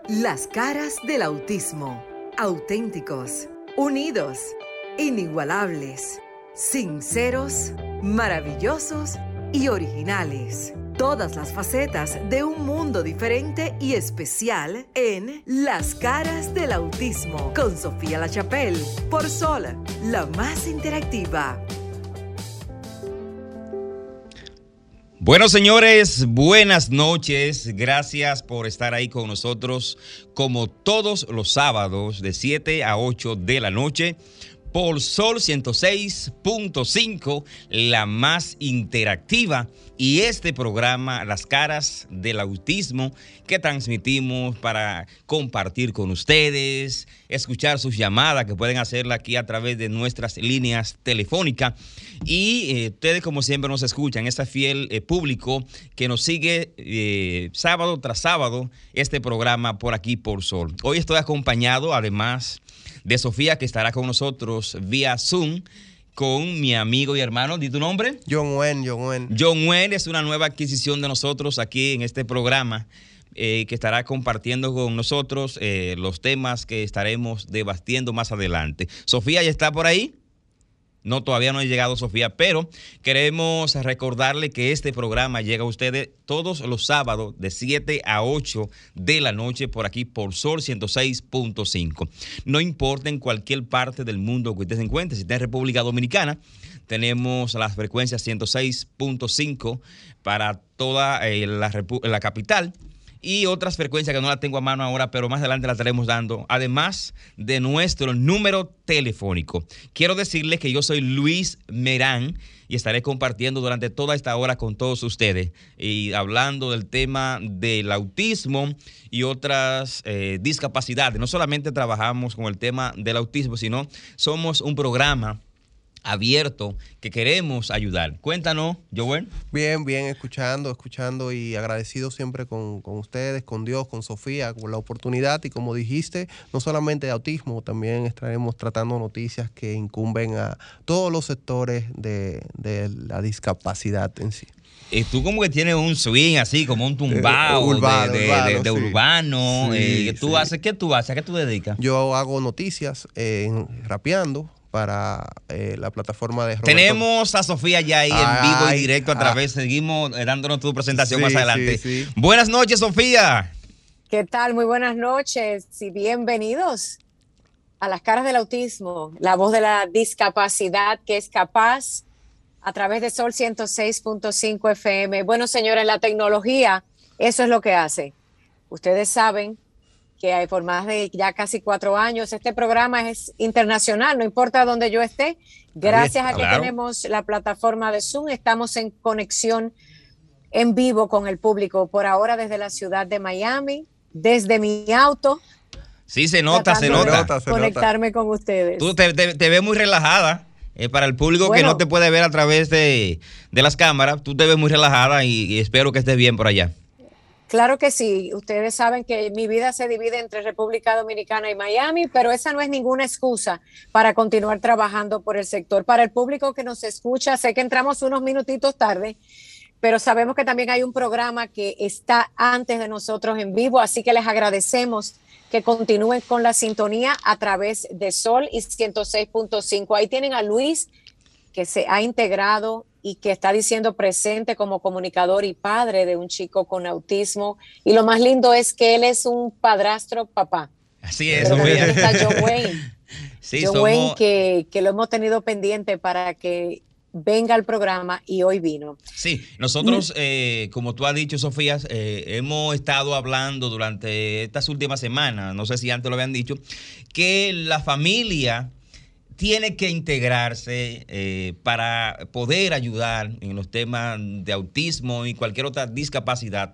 Las caras del autismo. Auténticos, unidos, inigualables, sinceros, maravillosos y originales. Todas las facetas de un mundo diferente y especial en Las caras del autismo con Sofía La Chapelle por Sol, la más interactiva. Bueno, señores, buenas noches. Gracias por estar ahí con nosotros como todos los sábados de 7 a 8 de la noche por Sol 106.5, la más interactiva. Y este programa, Las caras del autismo, que transmitimos para compartir con ustedes, escuchar sus llamadas, que pueden hacerla aquí a través de nuestras líneas telefónicas. Y ustedes, como siempre, nos escuchan, ese fiel público que nos sigue sábado tras sábado, este programa por aquí por Sol. Hoy estoy acompañado, además de Sofía, que estará con nosotros vía Zoom, con mi amigo y hermano. ¿Di tu nombre? John Wen. John Wen es una nueva adquisición de nosotros aquí en este programa, que estará compartiendo con nosotros los temas que estaremos debatiendo más adelante. Sofía, ¿ya está por ahí? No, todavía no ha llegado Sofía, pero queremos recordarle que este programa llega a ustedes todos los sábados de 7 a 8 de la noche por aquí por Sol 106.5. No importa en cualquier parte del mundo que usted se encuentre, si está en República Dominicana, tenemos las frecuencias 106.5 para toda la capital. Y otras frecuencias que no las tengo a mano ahora, pero más adelante las estaremos dando, además de nuestro número telefónico. Quiero decirles que yo soy Luis Merán y estaré compartiendo durante toda esta hora con todos ustedes y hablando del tema del autismo y otras discapacidades. No solamente trabajamos con el tema del autismo, sino somos un programa abierto que queremos ayudar. Cuéntanos, Joel. Bien, escuchando y agradecido siempre con ustedes, con Dios, con Sofía, por la oportunidad. Y como dijiste, no solamente de autismo, también estaremos tratando noticias que incumben a todos los sectores de la discapacidad en sí. Y tú como que tienes un swing así, como un tumbao de urbano. Sí, ¿Tú haces? ¿Qué tú haces? ¿A qué tú dedicas? Yo hago noticias rapeando para la plataforma de Roberto. Tenemos a Sofía ya ahí en vivo y directo a través. Seguimos dándonos tu presentación más adelante. Sí. Buenas noches, Sofía. ¿Qué tal? Muy buenas noches y bienvenidos a Las caras del autismo, la voz de la discapacidad que es capaz a través de Sol 106.5 FM. Bueno, señores, la tecnología, eso es lo que hace. Ustedes saben que por más de ya casi 4 años, este programa es internacional, no importa dónde yo esté. Gracias a que tenemos la plataforma de Zoom, estamos en conexión en vivo con el público, por ahora desde la ciudad de Miami, desde mi auto. Sí, se nota. Conectarme con ustedes. Tú te ves muy relajada. Para el público que no te puede ver a través de las cámaras, tú te ves muy relajada y espero que estés bien por allá. Claro que sí, ustedes saben que mi vida se divide entre República Dominicana y Miami, pero esa no es ninguna excusa para continuar trabajando por el sector. Para el público que nos escucha, sé que entramos unos minutitos tarde, pero sabemos que también hay un programa que está antes de nosotros en vivo, así que les agradecemos que continúen con la sintonía a través de Sol y 106.5. Ahí tienen a Luis, que se ha integrado y que está diciendo presente como comunicador y padre de un chico con autismo. Y lo más lindo es que él es un padrastro papá. Así es. Pero también está John Wayne. Sí, John Wayne, que lo hemos tenido pendiente para que venga al programa y hoy vino. Sí, nosotros, como tú has dicho, Sofía, hemos estado hablando durante estas últimas semanas, no sé si antes lo habían dicho, que la familia tiene que integrarse para poder ayudar en los temas de autismo y cualquier otra discapacidad.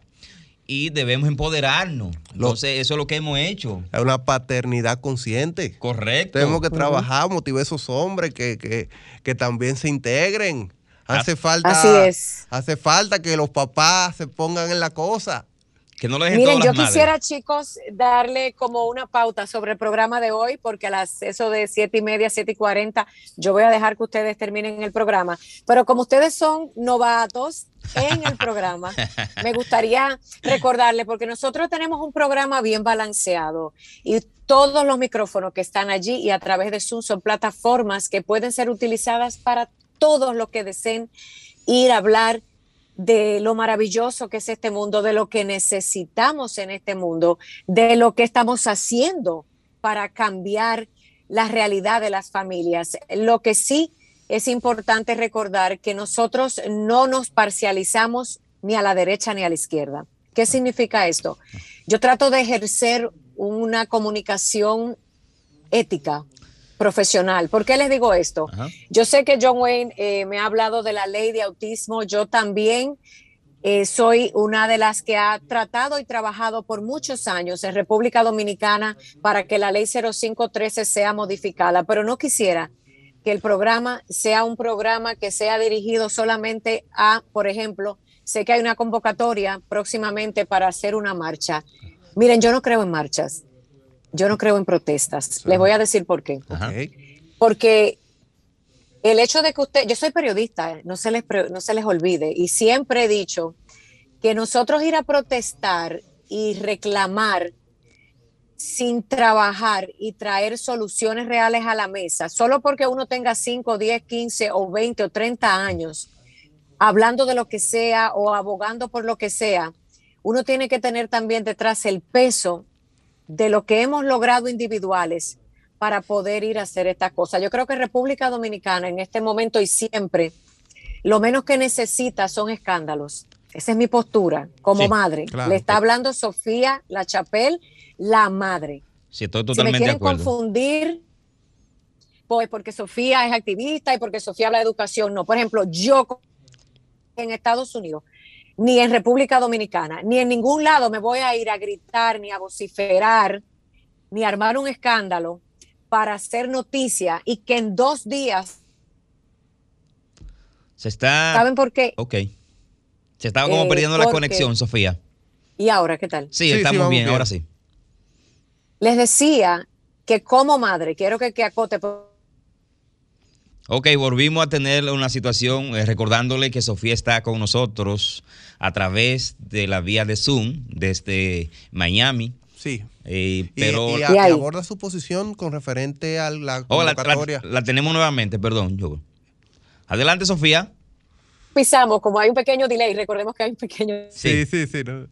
Y debemos empoderarnos. Entonces, eso es lo que hemos hecho. Es una paternidad consciente. Correcto. Tenemos que trabajar, motivar a esos hombres que también se integren. Hace falta que los papás se pongan en la cosa. Que no lo dejen Miren, todas yo las madres. quisiera, chicos, darle como una pauta sobre el programa de hoy, porque eso de 7:30, 7:40, yo voy a dejar que ustedes terminen el programa. Pero como ustedes son novatos en el programa, me gustaría recordarle, porque nosotros tenemos un programa bien balanceado y todos los micrófonos que están allí y a través de Zoom son plataformas que pueden ser utilizadas para todos los que deseen ir a hablar de lo maravilloso que es este mundo, de lo que necesitamos en este mundo, de lo que estamos haciendo para cambiar la realidad de las familias. Lo que sí es importante recordar que nosotros no nos parcializamos ni a la derecha ni a la izquierda. ¿Qué significa esto? Yo trato de ejercer una comunicación ética, profesional. ¿Por qué les digo esto? Ajá. Yo sé que John Wayne me ha hablado de la ley de autismo. Yo también soy una de las que ha tratado y trabajado por muchos años en República Dominicana para que la ley 0513 sea modificada, pero no quisiera que el programa sea un programa que sea dirigido solamente a, por ejemplo, sé que hay una convocatoria próximamente para hacer una marcha. Miren, yo no creo en marchas. Yo no creo en protestas. Sí. Les voy a decir por qué. Ajá. Ok. Porque el hecho de que yo soy periodista, no se les olvide, y siempre he dicho que nosotros ir a protestar y reclamar sin trabajar y traer soluciones reales a la mesa, solo porque uno tenga 5, 10, 15 o 20 o 30 años hablando de lo que sea o abogando por lo que sea, uno tiene que tener también detrás el peso de lo que hemos logrado individuales para poder ir a hacer estas cosas. Yo creo que República Dominicana en este momento y siempre lo menos que necesita son escándalos. Esa es mi postura como Sí, madre. claro. Le está hablando Sofía Lachapelle, la madre. Sí, estoy Si me totalmente de quieren acuerdo. confundir, pues porque Sofía es activista y porque Sofía habla de educación, no. Por ejemplo, yo en Estados Unidos, ni en República Dominicana, ni en ningún lado me voy a ir a gritar, ni a vociferar, ni a armar un escándalo para hacer noticia y que en 2 días, Se está... ¿saben por qué? Ok. Se estaba como perdiendo la porque- conexión, Sofía. ¿Y ahora qué tal? Sí, Sí, estamos vamos bien, bien. ahora sí. Les decía que como madre, quiero que acote. Ok, volvimos a tener una situación, recordándole que Sofía está con nosotros a través de la vía de Zoom desde Miami. Sí. Pero Y ahí. aborda su posición con referente a la Oh, convocatoria. la tenemos nuevamente, perdón. Adelante, Sofía. Pisamos, como hay un pequeño delay, recordemos que hay un pequeño... Sí. Sí. No.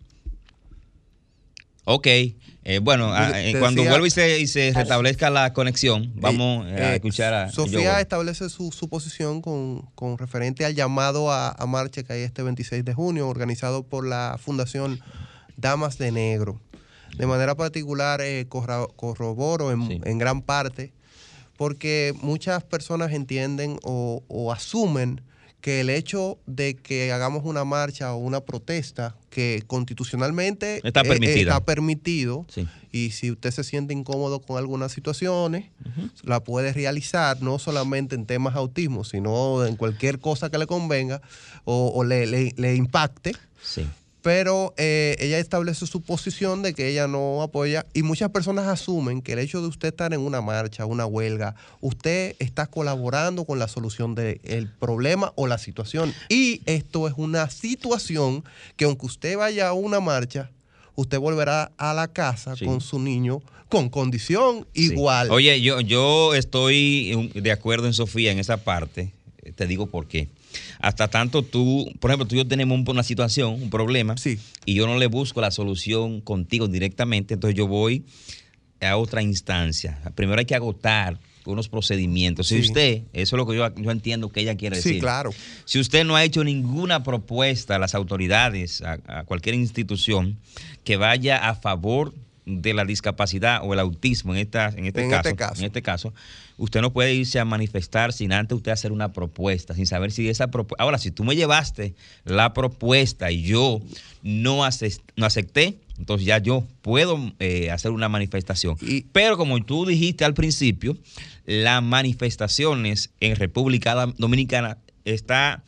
Ok, bueno, Te cuando decía- vuelva y se restablezca la conexión, vamos a escuchar a Sofía Joel. establece su posición con referente al llamado a marcha que hay este 26 de junio, organizado por la Fundación Damas de Negro. De manera particular, corroboro Sí. en gran parte, porque muchas personas entienden o asumen que el hecho de que hagamos una marcha o una protesta que constitucionalmente Está permitida. está permitido, Sí. y si usted se siente incómodo con algunas situaciones, la puede realizar no solamente en temas autismo, sino en cualquier cosa que le convenga o le impacte. Sí. Pero ella establece su posición de que ella no apoya, y muchas personas asumen que el hecho de usted estar en una marcha, una huelga, usted está colaborando con la solución del problema o la situación. Y esto es una situación que aunque usted vaya a una marcha, usted volverá a la casa Sí. con su niño con condición Sí. igual. Oye, yo estoy de acuerdo en Sofía en esa parte. Te digo por qué. Hasta tanto tú, por ejemplo, tú y yo tenemos una situación, un problema, Sí. y yo no le busco la solución contigo directamente, entonces yo voy a otra instancia. Primero hay que agotar unos procedimientos. Si Sí. usted, eso es lo que yo entiendo que ella quiere decir. Sí, claro. Si usted no ha hecho ninguna propuesta a las autoridades, a cualquier institución que vaya a favor de la discapacidad o el autismo en este caso, usted no puede irse a manifestar sin antes usted hacer una propuesta, sin saber si esa propuesta... Ahora, si tú me llevaste la propuesta y yo no acepté, entonces ya yo puedo hacer una manifestación. Pero como tú dijiste al principio, las manifestaciones en República Dominicana está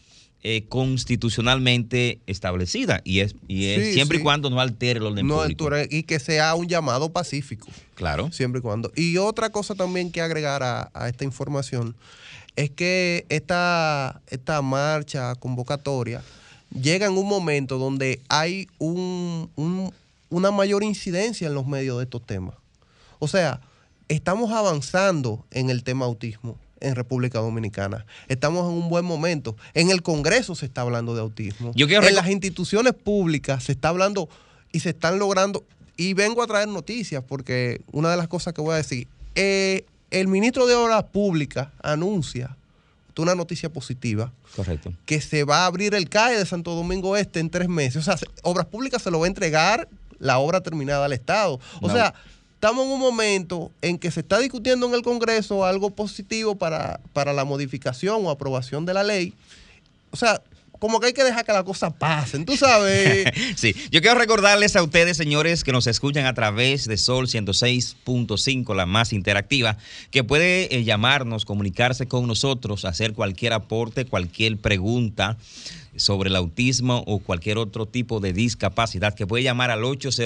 constitucionalmente establecida y es siempre y cuando no altere el orden público. Y que sea un llamado pacífico. Claro. Siempre y cuando. Y otra cosa también que agregar a esta información es que esta marcha convocatoria llega en un momento donde hay una mayor incidencia en los medios de estos temas. O sea, estamos avanzando en el tema autismo en República Dominicana. Estamos en un buen momento. En el Congreso se está hablando de autismo. En las instituciones públicas se está hablando y se están logrando. Y vengo a traer noticias porque una de las cosas que voy a decir, el ministro de Obras Públicas anuncia una noticia positiva. Correcto. Que se va a abrir el CAE de Santo Domingo Este en 3 meses. O sea, Obras Públicas se lo va a entregar la obra terminada al Estado. O sea, estamos en un momento en que se está discutiendo en el Congreso algo positivo para la modificación o aprobación de la ley. O sea, como que hay que dejar que las cosas pasen, tú sabes. Sí, yo quiero recordarles a ustedes, señores, que nos escuchan a través de Sol 106.5, la más interactiva, que puede llamarnos, comunicarse con nosotros, hacer cualquier aporte, cualquier pregunta sobre el autismo o cualquier otro tipo de discapacidad, que puede llamar al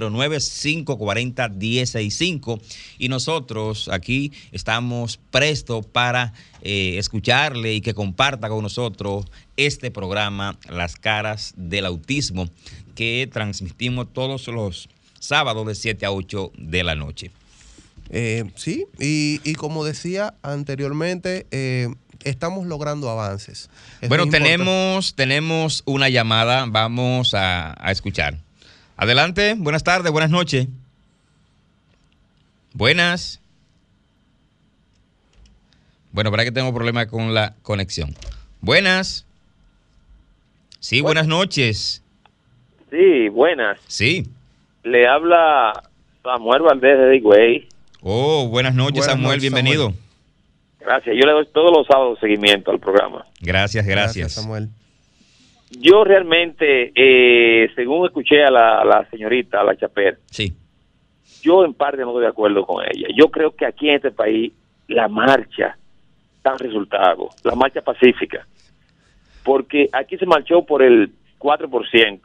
809-540-1065 y nosotros aquí estamos prestos para escucharle y que comparta con nosotros este programa Las Caras del Autismo, que transmitimos todos los sábados de 7 a 8 de la noche. Sí, y como decía anteriormente, estamos logrando avances. Bueno, tenemos una llamada, vamos a escuchar. Adelante, buenas tardes, buenas noches. Buenas. Bueno, para que tengo problemas con la conexión. Buenas. Sí, buenas noches. Sí, buenas. Sí. Le habla Samuel Valdés de Higüey. Oh, buenas noches, Samuel, bienvenido. Samuel. Gracias, yo le doy todos los sábados seguimiento al programa. Gracias. Samuel. Yo realmente, según escuché a la señorita, a la Chaper, sí, yo en parte no estoy de acuerdo con ella. Yo creo que aquí en este país la marcha da resultado, la marcha pacífica, porque aquí se marchó por el 4%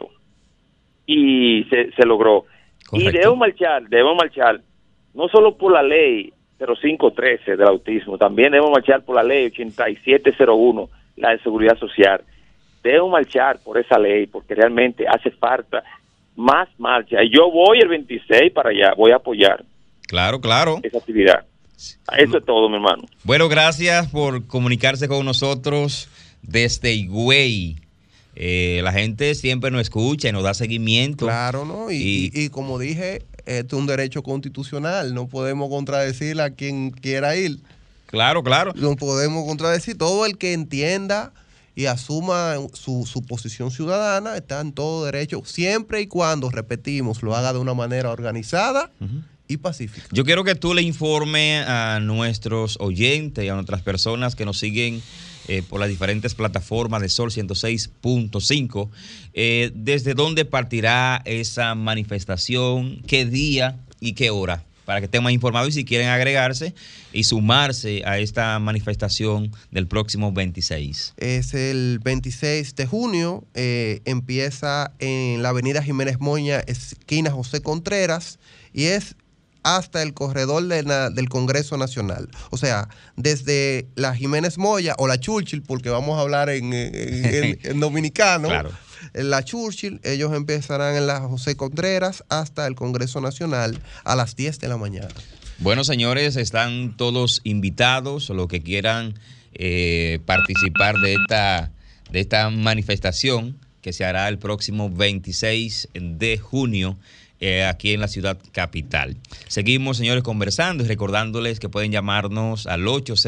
y se logró. Correcto. Y debemos marchar no solo por la ley 0513 del autismo, también debemos marchar por la ley 8701, la de seguridad social. Debemos marchar por esa ley porque realmente hace falta más marcha. Y yo voy el 26 para allá, voy a apoyar. Claro. Esa actividad. Eso es todo, mi hermano. Bueno, gracias por comunicarse con nosotros desde Higüey. La gente siempre nos escucha y nos da seguimiento. Claro, ¿no? Y como dije, esto es un derecho constitucional. No podemos contradecir a quien quiera ir. Claro. No podemos contradecir. Todo el que entienda y asuma su posición ciudadana está en todo derecho, siempre y cuando, repetimos, lo haga de una manera organizada y pacífica. Yo quiero que tú le informes a nuestros oyentes y a nuestras personas que nos siguen por las diferentes plataformas de Sol 106.5, desde dónde partirá esa manifestación, qué día y qué hora, para que estén más informados y si quieren agregarse y sumarse a esta manifestación del próximo 26. Es el 26 de junio, empieza en la avenida Jiménez Moña, esquina José Contreras, y es hasta el corredor del Congreso Nacional. O sea, desde la Jiménez Moya o la Churchill, porque vamos a hablar en dominicano. Claro. En la Churchill, ellos empezarán en la José Contreras hasta el Congreso Nacional a las 10 de la mañana. Bueno, señores, están todos invitados, los que quieran participar de esta manifestación que se hará el próximo 26 de junio aquí en la ciudad capital. Seguimos, señores, conversando y recordándoles que pueden llamarnos al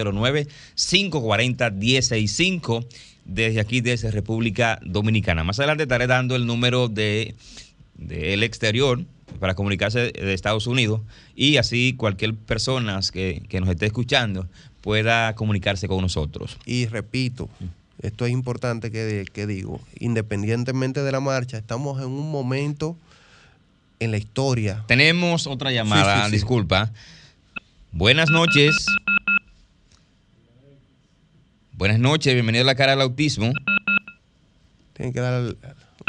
809-540-1065 desde aquí, desde República Dominicana. Más adelante estaré dando el número del exterior para comunicarse de Estados Unidos y así cualquier persona que nos esté escuchando pueda comunicarse con nosotros. Y repito, esto es importante que digo, independientemente de la marcha, estamos en un momento en la historia. Tenemos otra llamada, sí. Disculpa. Buenas noches. Buenas noches, bienvenido a La Cara del Autismo. Tienen que dar al...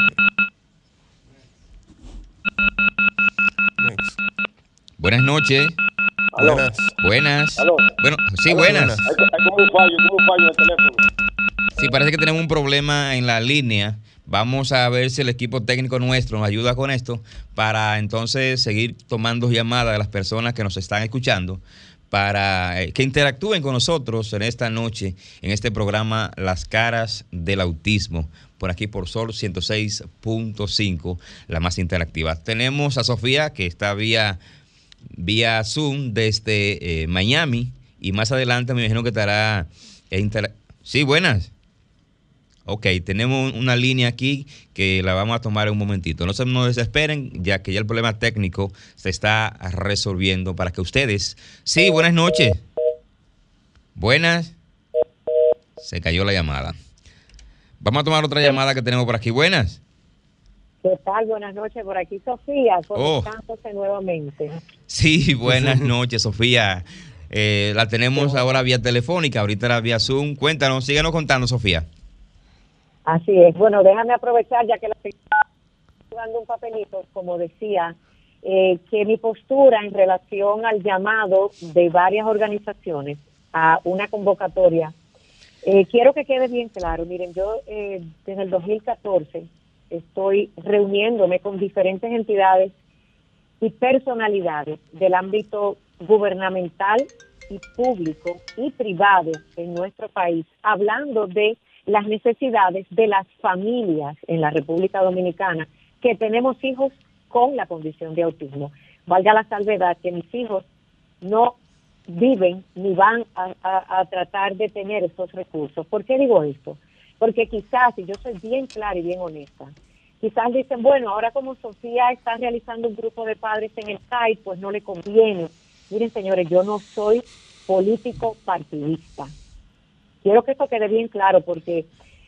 Next. Buenas noches. Aló. Buenas. Aló. Bueno, sí, Aló, buenas. buenas. Hay como un fallo en el teléfono. Sí, parece que tenemos un problema en la línea. Vamos a ver si el equipo técnico nuestro nos ayuda con esto para entonces seguir tomando llamadas de las personas que nos están escuchando para que interactúen con nosotros en esta noche, en este programa Las Caras del Autismo, por aquí por Sol 106.5, la más interactiva. Tenemos a Sofía, que está vía Zoom desde Miami, y más adelante me imagino que estará... Sí, buenas. Ok, tenemos una línea aquí que la vamos a tomar en un momentito. No se nos desesperen, ya que ya el problema técnico se está resolviendo para que ustedes... Sí, buenas noches. Buenas. Se cayó la llamada. Vamos a tomar otra llamada que tenemos por aquí. Buenas. ¿Qué tal? Buenas noches. Por aquí Sofía, conectándose nuevamente. Sí, buenas noches, Sofía. La tenemos ahora vía telefónica, ahorita era vía Zoom. Cuéntanos, síguenos contando, Sofía. Así es. Bueno, déjame aprovechar, ya que la estoy jugando un papelito, como decía, que mi postura en relación al llamado de varias organizaciones a una convocatoria, quiero que quede bien claro. Miren, yo desde el 2014 estoy reuniéndome con diferentes entidades y personalidades del ámbito gubernamental y público y privado en nuestro país, hablando de las necesidades de las familias en la República Dominicana que tenemos hijos con la condición de autismo. Valga la salvedad que mis hijos no viven ni van a tratar de tener esos recursos. ¿Por qué digo esto? Porque quizás, y yo soy bien clara y bien honesta, quizás dicen, bueno, ahora como Sofía está realizando un grupo de padres en el Skype, pues no le conviene. Miren, señores, yo no soy político partidista. Quiero que esto quede bien claro porque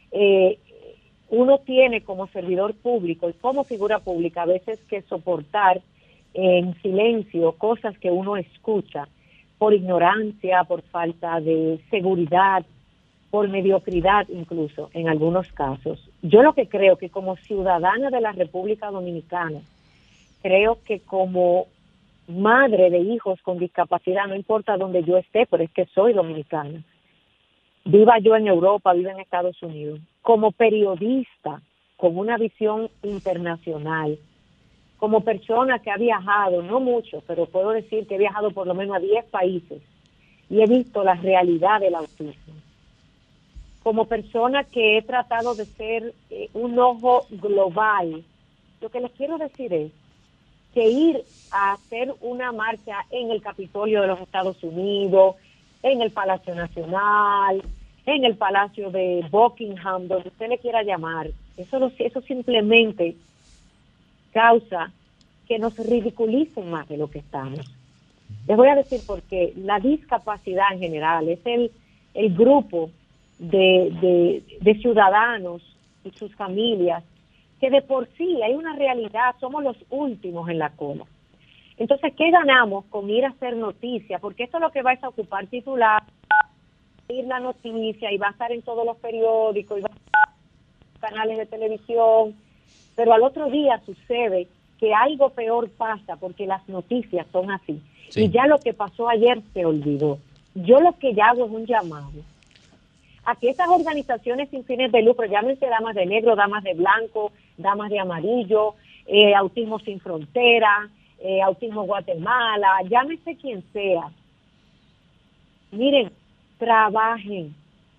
uno tiene como servidor público y como figura pública a veces que soportar en silencio cosas que uno escucha por ignorancia, por falta de seguridad, por mediocridad incluso en algunos casos. Yo lo que creo que como ciudadana de la República Dominicana, creo que como madre de hijos con discapacidad, no importa dónde yo esté, pero es que soy dominicana, viva yo en Europa, viva en Estados Unidos, como periodista con una visión internacional, como persona que ha viajado, no mucho, pero puedo decir que he viajado por lo menos a 10 países y he visto la realidad del autismo. Como persona que he tratado de ser un ojo global, lo que les quiero decir es que ir a hacer una marcha en el Capitolio de los Estados Unidos, en el Palacio Nacional, en el Palacio de Buckingham, donde usted le quiera llamar, eso simplemente causa que nos ridiculicen más de lo que estamos. Les voy a decir por qué. La discapacidad en general es el grupo de ciudadanos y sus familias que de por sí hay una realidad, somos los últimos en la cola. Entonces, ¿qué ganamos con ir a hacer noticia? Porque esto es lo que va a ocupar titular, ir la noticia y va a estar en todos los periódicos y va a estar en los canales de televisión, pero al otro día sucede que algo peor pasa porque las noticias son así. Sí. Y ya lo que pasó ayer se olvidó. Yo lo que ya hago es un llamado a que esas organizaciones sin fines de lucro, llámense Damas de Negro, Damas de Blanco, Damas de Amarillo, Autismo Sin Frontera, Autismo Guatemala, llámese quien sea. Miren, trabajen,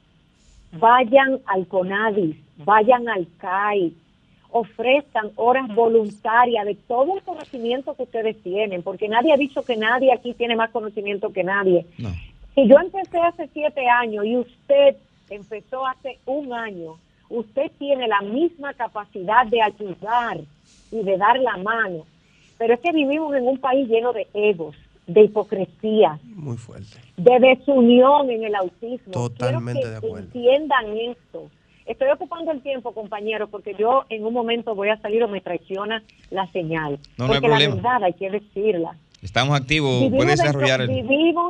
vayan al CONADIS, vayan al CAI, ofrezcan horas voluntarias de todo el conocimiento que ustedes tienen, porque nadie ha dicho que nadie aquí tiene más conocimiento que nadie. No. Si yo empecé hace 7 años y usted empezó hace 1 año, usted tiene la misma capacidad de ayudar y de dar la mano, pero es que vivimos en un país lleno de egos, de hipocresía, muy fuerte, de desunión en el autismo. Totalmente Quiero que de acuerdo. Entiendan esto. Estoy ocupando el tiempo, compañeros, porque yo en un momento voy a salir o me traiciona la señal. No, porque no hay la problema. verdad hay que decirla. Estamos activos, puedes desarrollar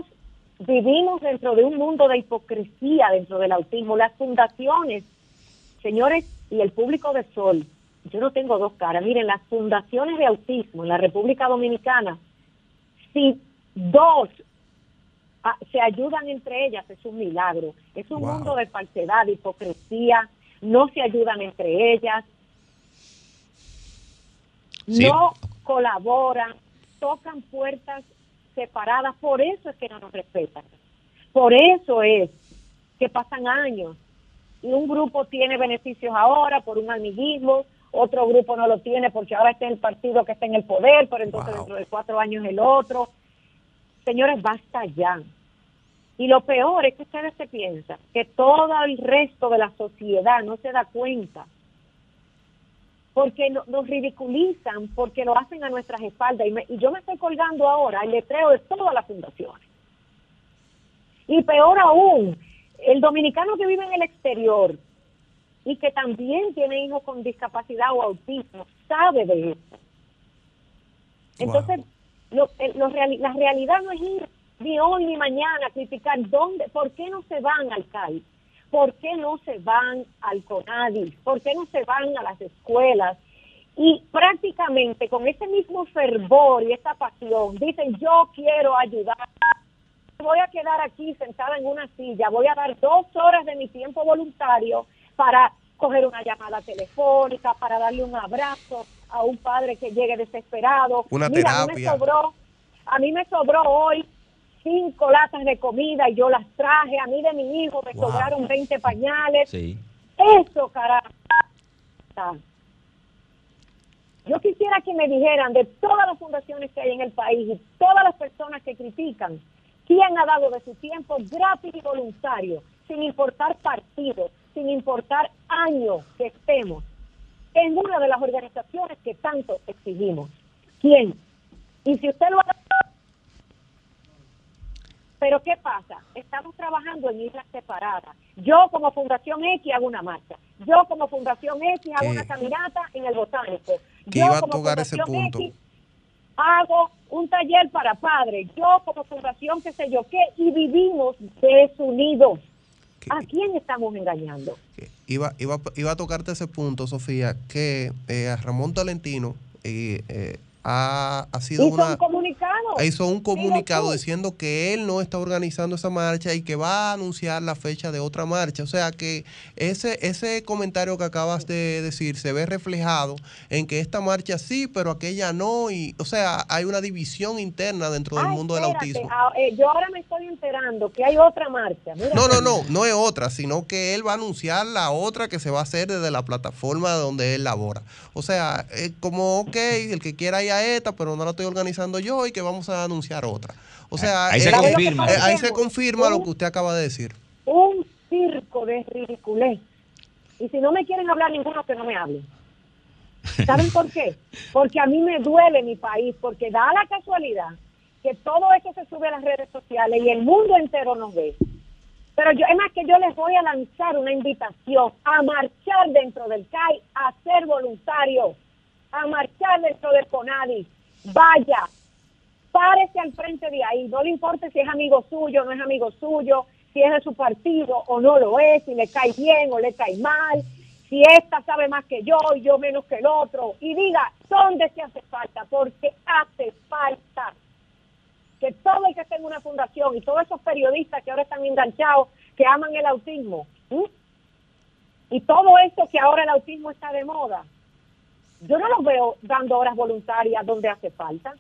Vivimos dentro de un mundo de hipocresía dentro del autismo. Las fundaciones Señores, y el público de Sol, yo no tengo dos caras. Miren, las fundaciones de autismo en la República Dominicana, si dos se ayudan entre ellas, es un milagro. Es un mundo de falsedad, de hipocresía, no se ayudan entre ellas, no colaboran, tocan puertas separadas, por eso es que no nos respetan. Por eso es que pasan años y un grupo tiene beneficios ahora por un amiguismo, otro grupo no lo tiene porque ahora está el partido que está en el poder, pero entonces dentro de 4 años el otro. Señores, basta ya. Y lo peor es que ustedes se piensan que todo el resto de la sociedad no se da cuenta, porque nos ridiculizan, porque lo hacen a nuestras espaldas. Y yo me estoy colgando ahora el letrero de todas las fundaciones. Y peor aún, el dominicano que vive en el exterior y que también tiene hijos con discapacidad o autismo, sabe de eso. Entonces, la realidad no es ir ni hoy ni mañana a criticar por qué no se van al CAI, por qué no se van al CONADI, por qué no se van a las escuelas, y prácticamente con ese mismo fervor y esa pasión dicen: yo quiero ayudar, voy a quedar aquí sentada en una silla, voy a dar 2 horas de mi tiempo voluntario para coger una llamada telefónica, para darle un abrazo a un padre que llegue desesperado. Una terapia. A mí me sobró hoy 5 latas de comida y yo las traje. A mí de mi hijo me sobraron 20 pañales. Sí. Eso, carajo. Yo quisiera que me dijeran de todas las fundaciones que hay en el país y todas las personas que critican, quién ha dado de su tiempo gratis y voluntario, sin importar partido, sin importar año que estemos en una de las organizaciones que tanto exigimos. ¿Quién? Y si usted lo ha... Pero ¿qué pasa? Estamos trabajando en islas separadas. Yo como Fundación X hago una marcha. Yo como Fundación X hago una caminata en el Botánico. Que yo iba a como tocar Fundación ese punto. X hago un taller para padres. Yo como Fundación qué sé yo qué, y vivimos desunidos. ¿A quién estamos engañando? Iba a tocarte ese punto, Sofía, que Ramón Tolentino ha sido hizo un comunicado diciendo que él no está organizando esa marcha y que va a anunciar la fecha de otra marcha. O sea que ese comentario que acabas de decir se ve reflejado en que esta marcha sí, pero aquella no. Y o sea, hay una división interna dentro del mundo del autismo. Yo ahora me estoy enterando que hay otra marcha. Mira, no es otra, sino que él va a anunciar la otra que se va a hacer desde la plataforma donde él labora. O sea, como el que quiera ir a esta, pero no la estoy organizando yo, y que vamos a anunciar otra. O sea, ahí se confirma lo que usted acaba de decir. Un circo de ridiculez. Y si no me quieren hablar ninguno, que no me hablen. ¿Saben por qué? Porque a mí me duele mi país, porque da la casualidad que todo esto se sube a las redes sociales y el mundo entero nos ve. Pero es más que yo les voy a lanzar una invitación a marchar dentro del CAI, a ser voluntarios, a marchar dentro del CONADI. Vaya, párese al frente de ahí, no le importe si es amigo suyo o no es amigo suyo, si es de su partido o no lo es, si le cae bien o le cae mal, si esta sabe más que yo y yo menos que el otro, y diga dónde se hace falta, porque hace falta que todo el que esté en una fundación y todos esos periodistas que ahora están enganchados, que aman el autismo, y todo esto que ahora el autismo está de moda, yo no los veo dando horas voluntarias donde hace falta.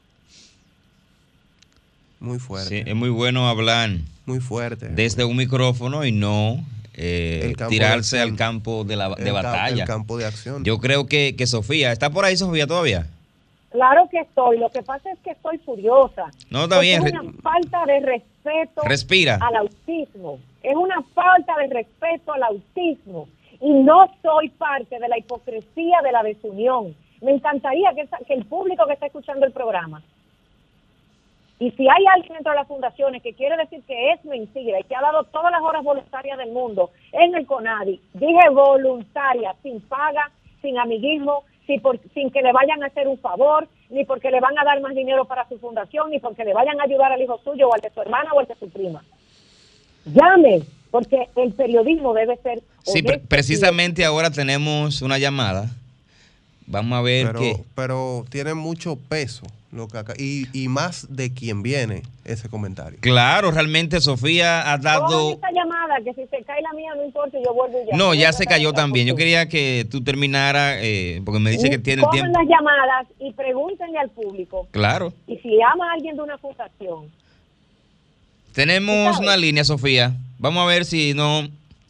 Muy fuerte. Sí, es muy bueno hablar muy fuerte desde un micrófono y no tirarse al campo de batalla. El campo de acción. Yo creo que Sofía, ¿está por ahí Sofía todavía? Claro que estoy, lo que pasa es que estoy furiosa. No, está bien. Es una falta de respeto al autismo. Es una falta de respeto al autismo. Y no soy parte de la hipocresía de la desunión. Me encantaría que el público que está escuchando el programa, y si hay alguien dentro de las fundaciones que quiere decir que es mentira y que ha dado todas las horas voluntarias del mundo en el CONADI, dije voluntaria, sin paga, sin amiguismo, sin que le vayan a hacer un favor, ni porque le van a dar más dinero para su fundación, ni porque le vayan a ayudar al hijo suyo o al de su hermana o al de su prima. Llame porque el periodismo debe ser Sí, honesto. precisamente ahora tenemos una llamada. Vamos a ver pero tiene mucho peso lo que acá, y más de quien viene ese comentario. Claro, realmente Sofía ha dado... Cojan esta llamada, que si se cae la mía no importa, yo vuelvo y ya. No, ya se cayó también. Yo quería que tú terminaras, porque me dice que tiene el Cojan tiempo. las llamadas y pregúntenle al público. Claro. Y si llama a alguien de una acusación. Tenemos una línea, Sofía. Vamos a ver si no...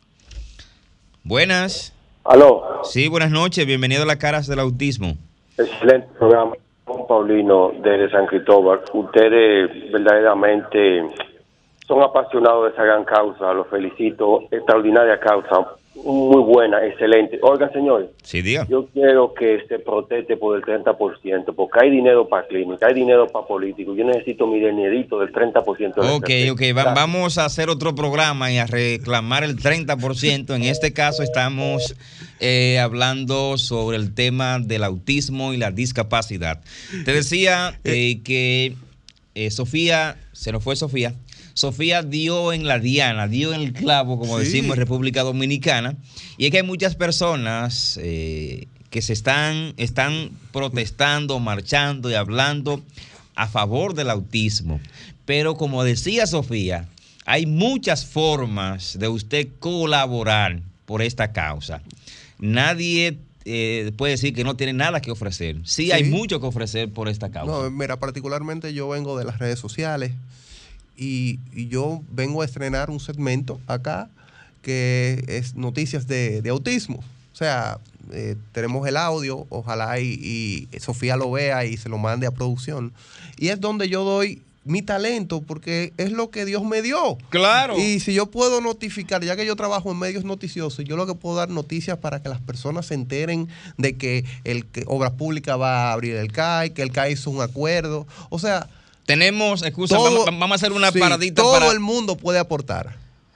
Buenas. Aló. Sí, buenas noches. Bienvenido a las Caras del Autismo. Excelente programa. Juan Paulino desde San Cristóbal. Ustedes verdaderamente son apasionados de esa gran causa. Los felicito. Extraordinaria causa. Muy buena, excelente. Oiga, señores. Sí, diga. Yo quiero que se proteste por el 30%, porque hay dinero para clínica, hay dinero para políticos. Yo necesito mi dinerito del 30%. Ok. Vamos a hacer otro programa y a reclamar el 30%. En este caso estamos hablando sobre el tema del autismo y la discapacidad. Te decía que Sofía, se nos fue Sofía. Sofía dio en la diana, dio en el clavo, como decimos en República Dominicana, y es que hay muchas personas que se están protestando, marchando y hablando a favor del autismo. Pero como decía Sofía, hay muchas formas de usted colaborar por esta causa. Nadie puede decir que no tiene nada que ofrecer. Sí, hay mucho que ofrecer por esta causa. No, mira, particularmente yo vengo de las redes sociales. Y yo vengo a estrenar un segmento acá que es noticias de autismo. O sea, tenemos el audio, ojalá y Sofía lo vea y se lo mande a producción. Y es donde yo doy mi talento, porque es lo que Dios me dio. Claro. Y si yo puedo notificar, ya que yo trabajo en medios noticiosos, yo lo que puedo dar noticias para que las personas se enteren de que Obras Públicas va a abrir el CAI, que el CAI hizo un acuerdo. O sea... Tenemos, vamos a hacer una paradita todo para... el mundo puede aportar.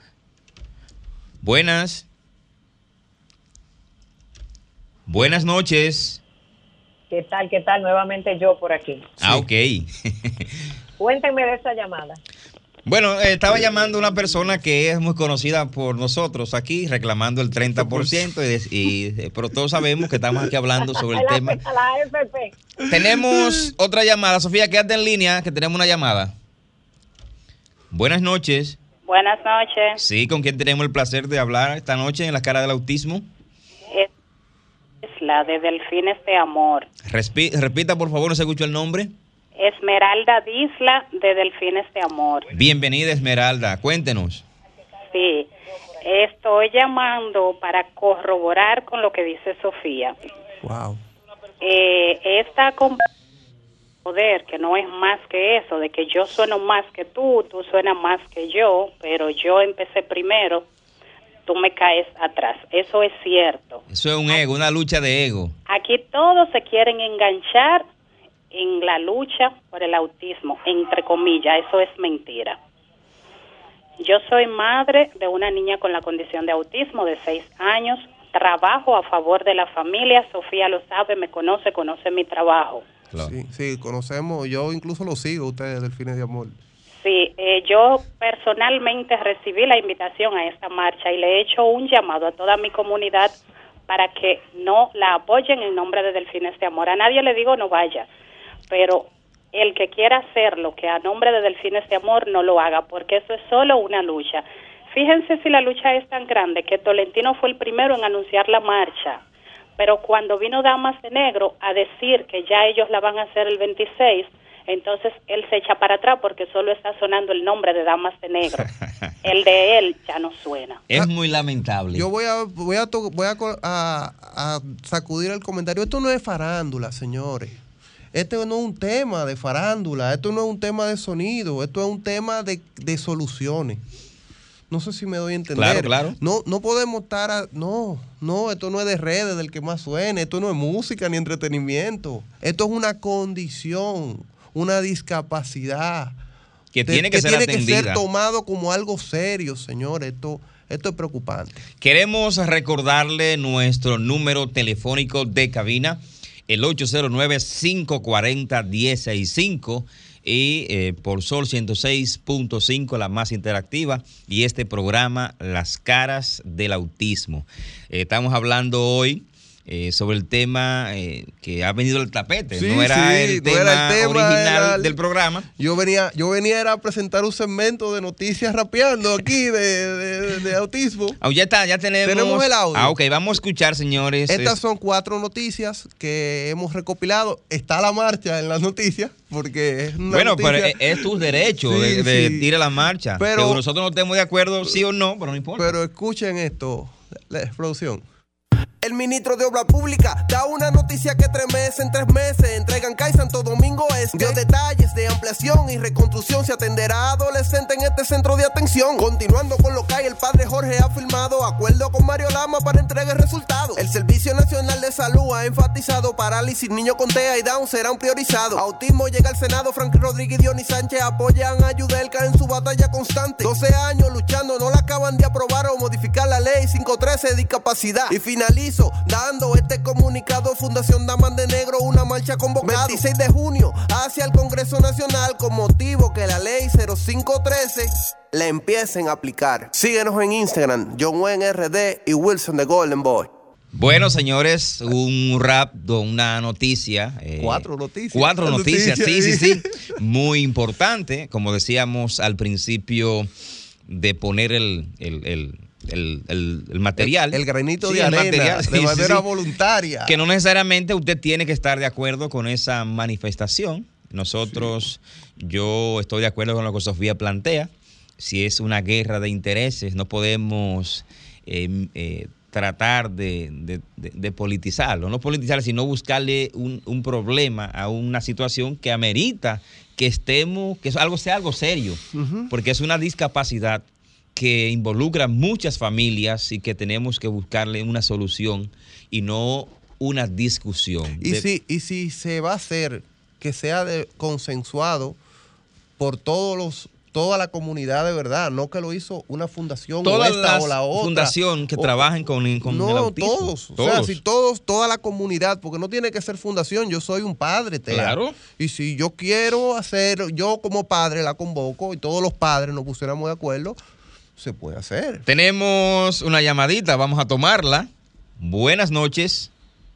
Buenas. Buenas noches. ¿Qué tal? Nuevamente yo por aquí. Ah, ok. Cuéntenme de esa llamada. Bueno, estaba llamando a una persona que es muy conocida por nosotros aquí, reclamando el 30%, pero todos sabemos que estamos aquí hablando sobre el tema. A la AFP. Tenemos otra llamada. Sofía, quédate en línea, que tenemos una llamada. Buenas noches. Buenas noches. Sí, ¿con quién tenemos el placer de hablar esta noche en la Cara del Autismo? Es la de Delfines de Amor. Repita, por favor, no se escuchó el nombre. Esmeralda Disla de Delfines de Amor. Bienvenida, Esmeralda. Cuéntenos. Sí, estoy llamando para corroborar con lo que dice Sofía. Wow. Esta poder, que no es más que eso, de que yo sueno más que tú suenas más que yo, pero yo empecé primero, tú me caes atrás. Eso es cierto. Eso es un ego, una lucha de ego. Aquí todos se quieren enganchar en la lucha por el autismo, entre comillas. Eso es mentira. Yo soy madre de una niña con la condición de autismo de 6 años. Trabajo a favor de la familia. Sofía lo sabe, me conoce mi trabajo. Claro. Sí, conocemos. Yo incluso lo sigo, ustedes, Delfines de Amor. Sí, yo personalmente recibí la invitación a esta marcha y le he hecho un llamado a toda mi comunidad para que no la apoyen en nombre de Delfines de Amor. A nadie le digo no vaya, pero el que quiera hacerlo, que a nombre de Delfines de Amor no lo haga, porque eso es solo una lucha. Fíjense si la lucha es tan grande que Tolentino fue el primero en anunciar la marcha, pero cuando vino Damas de Negro a decir que ya ellos la van a hacer el 26, entonces él se echa para atrás porque solo está sonando el nombre de Damas de Negro. El de él ya no suena. Es muy lamentable. Yo voy a sacudir el comentario. Esto no es farándula, señores. Este no es un tema de farándula, esto no es un tema de sonido, esto es un tema de soluciones. No sé si me doy a entender. Claro. No podemos estar... No, esto no es de redes del que más suene, esto no es música ni entretenimiento. Esto es una condición, una discapacidad. Que tiene que ser atendida. Que ser tomado como algo serio, señores. Esto es preocupante. Queremos recordarle nuestro número telefónico de cabina, el 809-540-1065. y por Sol 106.5, la más interactiva, y este programa Las Caras del Autismo. Estamos hablando hoy sobre el tema que ha venido al tapete. Sí, no era el tema original del programa. Yo venía era a presentar un segmento de noticias rapeando aquí de autismo. Ya tenemos el audio. Ok, vamos a escuchar, señores. Estas son 4 noticias que hemos recopilado. Está la marcha en las noticias, porque es una noticia. Pero es tu derecho de ir a la marcha. Pero que nosotros no estemos de acuerdo, sí o no, pero no importa. Pero escuchen esto, la producción. El ministro de Obras Públicas da una noticia que estremece. En 3 meses entregan CAI Santo Domingo Este. Dio detalles de ampliación y reconstrucción. Se atenderá a adolescentes en este centro de atención. Continuando con lo que hay, el padre Jorge ha firmado acuerdo con Mario Lama para entrega de resultados. El Servicio Nacional de Salud ha enfatizado parálisis, niños con TEA y Down serán priorizados. Autismo llega al Senado. Franklin Rodríguez y Dionis Sánchez apoyan a Yudelka en su batalla constante. 12 años luchando, no la acaban de aprobar o modificar la ley 513 de discapacidad. Y finalizo dando este comunicado. Fundación Damas de Negro, una marcha convocada 26 de junio hacia el Congreso Nacional con motivo que la ley 0513 la empiecen a aplicar. Síguenos en Instagram, John Wayne RD y Wilson the Golden Boy. Bueno, señores, un rap, una noticia. 4 noticias. 4 noticias, sí. Muy importante, como decíamos al principio, de poner el material. El granito de arena, material, de manera voluntaria. Que no necesariamente usted tiene que estar de acuerdo con esa manifestación. Nosotros, yo estoy de acuerdo con lo que Sofía plantea. Si es una guerra de intereses, no podemos tratar de politizarlo. No politizarlo, sino buscarle un problema a una situación que amerita que sea algo serio. Porque es una discapacidad que involucra muchas familias y que tenemos que buscarle una solución y no una discusión. Y si se va a hacer, que sea consensuado por toda la comunidad de verdad, no que lo hizo una fundación todas o esta las o la otra. Fundación que trabajen con el autismo. Todos. O sea, si toda la comunidad, porque no tiene que ser fundación, yo soy un padre, Claro. Y si yo quiero hacer, yo como padre la convoco y todos los padres nos pusiéramos de acuerdo, se puede hacer. Tenemos una llamadita, vamos a tomarla. Buenas noches.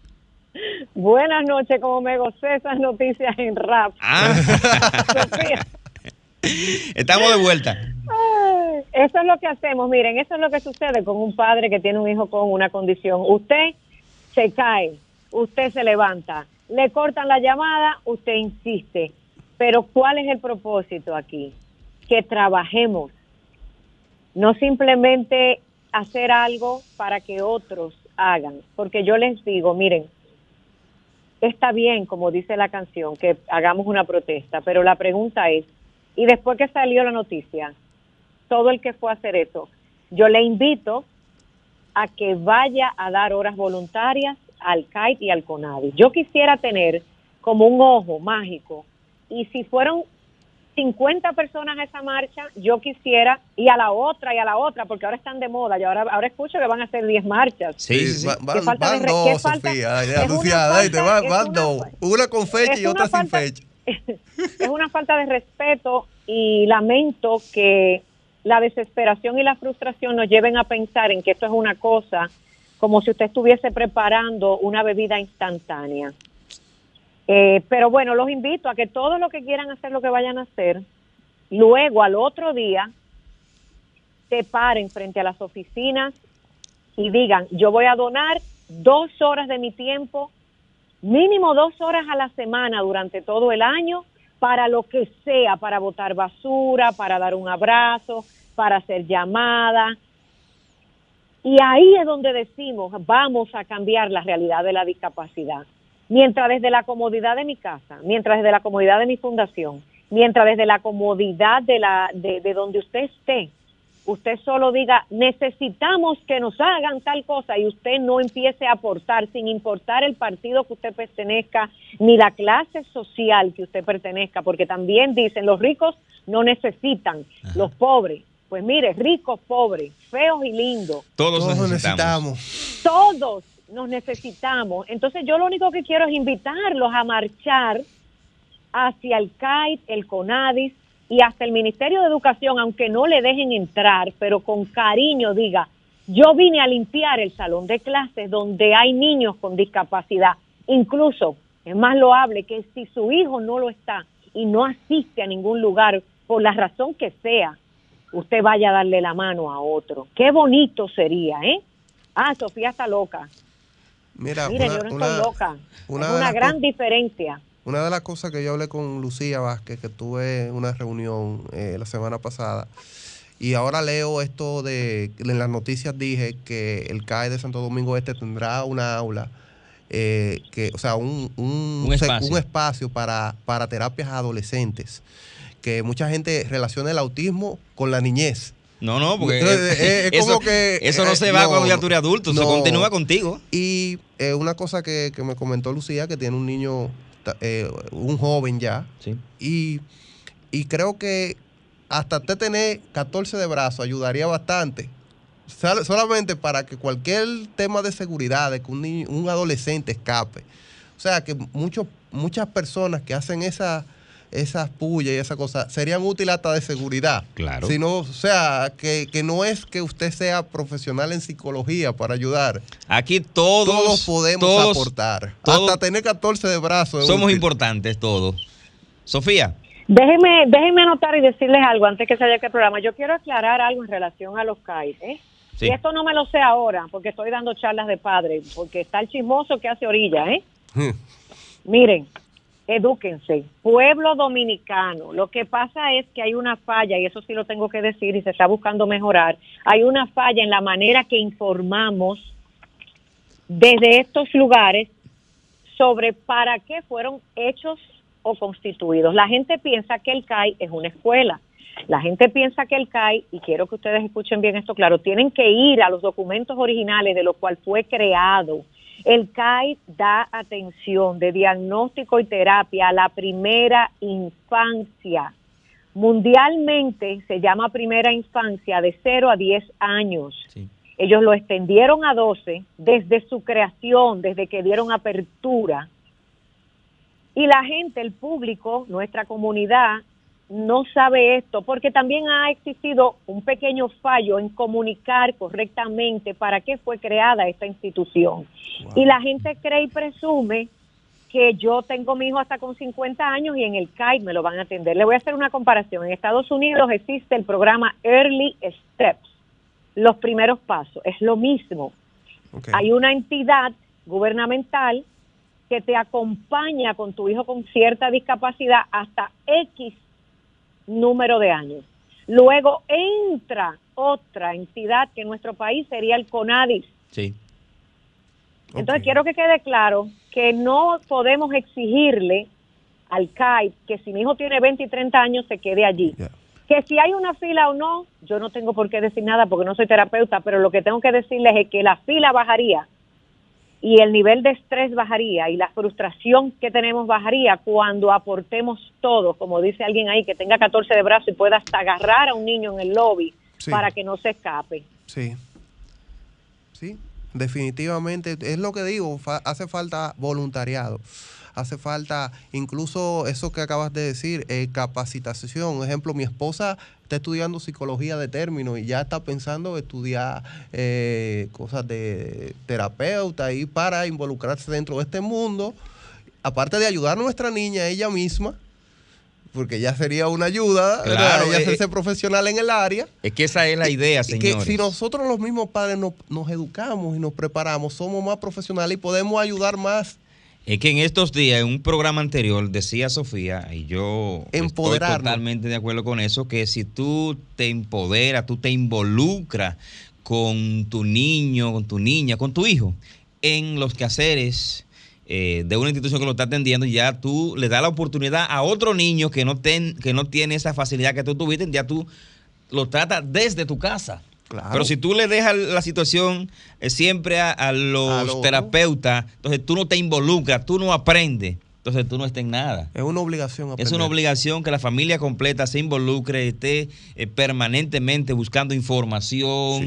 Buenas noches, como me gocé esas noticias en rap. Sofía. Estamos de vuelta. Eso es lo que hacemos, miren, eso es lo que sucede con un padre que tiene un hijo con una condición. Usted se cae, usted se levanta, le cortan la llamada, usted insiste. Pero ¿cuál es el propósito aquí? Que trabajemos. No simplemente hacer algo para que otros hagan. Porque yo les digo, miren, está bien, como dice la canción, que hagamos una protesta, pero la pregunta es, y después que salió la noticia, todo el que fue a hacer eso, yo le invito a que vaya a dar horas voluntarias al CAIT y al CONADI. Yo quisiera tener como un ojo mágico, y si fueron 50 personas a esa marcha, yo quisiera, y a la otra, porque ahora están de moda, y ahora escucho que van a hacer 10 marchas. Sí. Van dos, Sofía, van dos, una con fecha y otra sin fecha. Es una falta de respeto y lamento que la desesperación y la frustración nos lleven a pensar en que esto es una cosa como si usted estuviese preparando una bebida instantánea. Pero bueno, los invito a que todos los que quieran hacer lo que vayan a hacer, luego al otro día se paren frente a las oficinas y digan, yo voy a donar 2 horas de mi tiempo, mínimo 2 horas a la semana durante todo el año, para lo que sea, para botar basura, para dar un abrazo, para hacer llamadas. Y ahí es donde decimos, vamos a cambiar la realidad de la discapacidad. Mientras desde la comodidad de mi casa, mientras desde la comodidad de mi fundación, mientras desde la comodidad de donde usted esté, usted solo diga, necesitamos que nos hagan tal cosa, y usted no empiece a aportar, sin importar el partido que usted pertenezca, ni la clase social que usted pertenezca, porque también dicen, los ricos no necesitan, los pobres. Pues mire, ricos, pobres, feos y lindos. Todos necesitamos. Todos nos necesitamos. Entonces yo lo único que quiero es invitarlos a marchar hacia el CAIT, el CONADIS y hasta el Ministerio de Educación, aunque no le dejen entrar, pero con cariño diga, yo vine a limpiar el salón de clases donde hay niños con discapacidad. Incluso es más loable que si su hijo no lo está y no asiste a ningún lugar, por la razón que sea, usted vaya a darle la mano a otro. Qué bonito sería, ¿eh? Ah, Sofía está loca. Mira, yo no estoy loca. Es una gran diferencia. Una de las cosas que yo hablé con Lucía Vázquez, que tuve una reunión la semana pasada, y ahora leo esto en las noticias dije que el CAE de Santo Domingo Este tendrá una aula, un espacio para terapias a adolescentes, que mucha gente relaciona el autismo con la niñez. No, porque eso no se va cuando ya tú eres adulto, se continúa contigo. Y una cosa que me comentó Lucía, que tiene un niño, un joven ya, sí. y creo que hasta usted tener 14 de brazos ayudaría bastante, solamente para que cualquier tema de seguridad, de que un adolescente escape. O sea, que muchas personas que hacen esas pullas y esas cosas serían útiles hasta de seguridad. Claro. Sino, o sea, que no es que usted sea profesional en psicología para ayudar. Aquí todos podemos aportar. Hasta tener 14 de brazos. Somos importantes todos. Sofía. Déjenme anotar y decirles algo antes que se haya el programa. Yo quiero aclarar algo en relación a los CAIT, ¿eh? Sí. Y esto no me lo sé ahora, porque estoy dando charlas de padre, porque está el chismoso que hace orilla, ¿eh? Miren, edúquense, pueblo dominicano. Lo que pasa es que hay una falla, y eso sí lo tengo que decir, y se está buscando mejorar. Hay una falla en la manera que informamos desde estos lugares sobre para qué fueron hechos o constituidos. La gente piensa que el CAI es una escuela. La gente piensa que el CAI, y quiero que ustedes escuchen bien esto claro, tienen que ir a los documentos originales de lo cual fue creado. El CAI da atención de diagnóstico y terapia a la primera infancia. Mundialmente se llama primera infancia de 0 a 10 años. Sí. Ellos lo extendieron a 12 desde su creación, desde que dieron apertura. Y la gente, el público, nuestra comunidad, no sabe esto, porque también ha existido un pequeño fallo en comunicar correctamente para qué fue creada esta institución. Wow. Y la gente cree y presume que yo tengo mi hijo hasta con 50 años y en el CAI me lo van a atender. Le voy a hacer una comparación. En Estados Unidos existe el programa Early Steps, los primeros pasos. Es lo mismo. Okay. Hay una entidad gubernamental que te acompaña con tu hijo con cierta discapacidad hasta X número de años. Luego entra otra entidad que en nuestro país sería el CONADIS. Sí. Entonces quiero que quede claro que no podemos exigirle al CAI que si mi hijo tiene 20 y 30 años se quede allí. Yeah. Que si hay una fila o no, yo no tengo por qué decir nada porque no soy terapeuta, pero lo que tengo que decirles es que la fila bajaría y el nivel de estrés bajaría y la frustración que tenemos bajaría cuando aportemos todo, como dice alguien ahí, que tenga 14 de brazos y pueda hasta agarrar a un niño en el lobby para que no se escape. Sí, definitivamente, es lo que digo, hace falta voluntariado. Hace falta incluso eso que acabas de decir, capacitación. Por ejemplo, mi esposa está estudiando psicología de término y ya está pensando estudiar cosas de terapeuta y para involucrarse dentro de este mundo, aparte de ayudar a nuestra niña, ella misma, porque ya sería una ayuda, claro, ella hacerse profesional en el área. Es que esa es la idea, señores. Que si nosotros los mismos padres nos educamos y nos preparamos, somos más profesionales y podemos ayudar más. Es que en estos días, en un programa anterior, decía Sofía, y yo estoy totalmente de acuerdo con eso, que si tú te empoderas, tú te involucras con tu niño, con tu niña, con tu hijo, en los quehaceres de una institución que lo está atendiendo, ya tú le das la oportunidad a otro niño que no tiene esa facilidad que tú tuviste, ya tú lo tratas desde tu casa. Claro. Pero si tú le dejas la situación siempre a los terapeutas, entonces tú no te involucras, tú no aprendes, entonces tú no estás en nada. Es una obligación aprender. Es una obligación que la familia completa se involucre, esté permanentemente buscando información,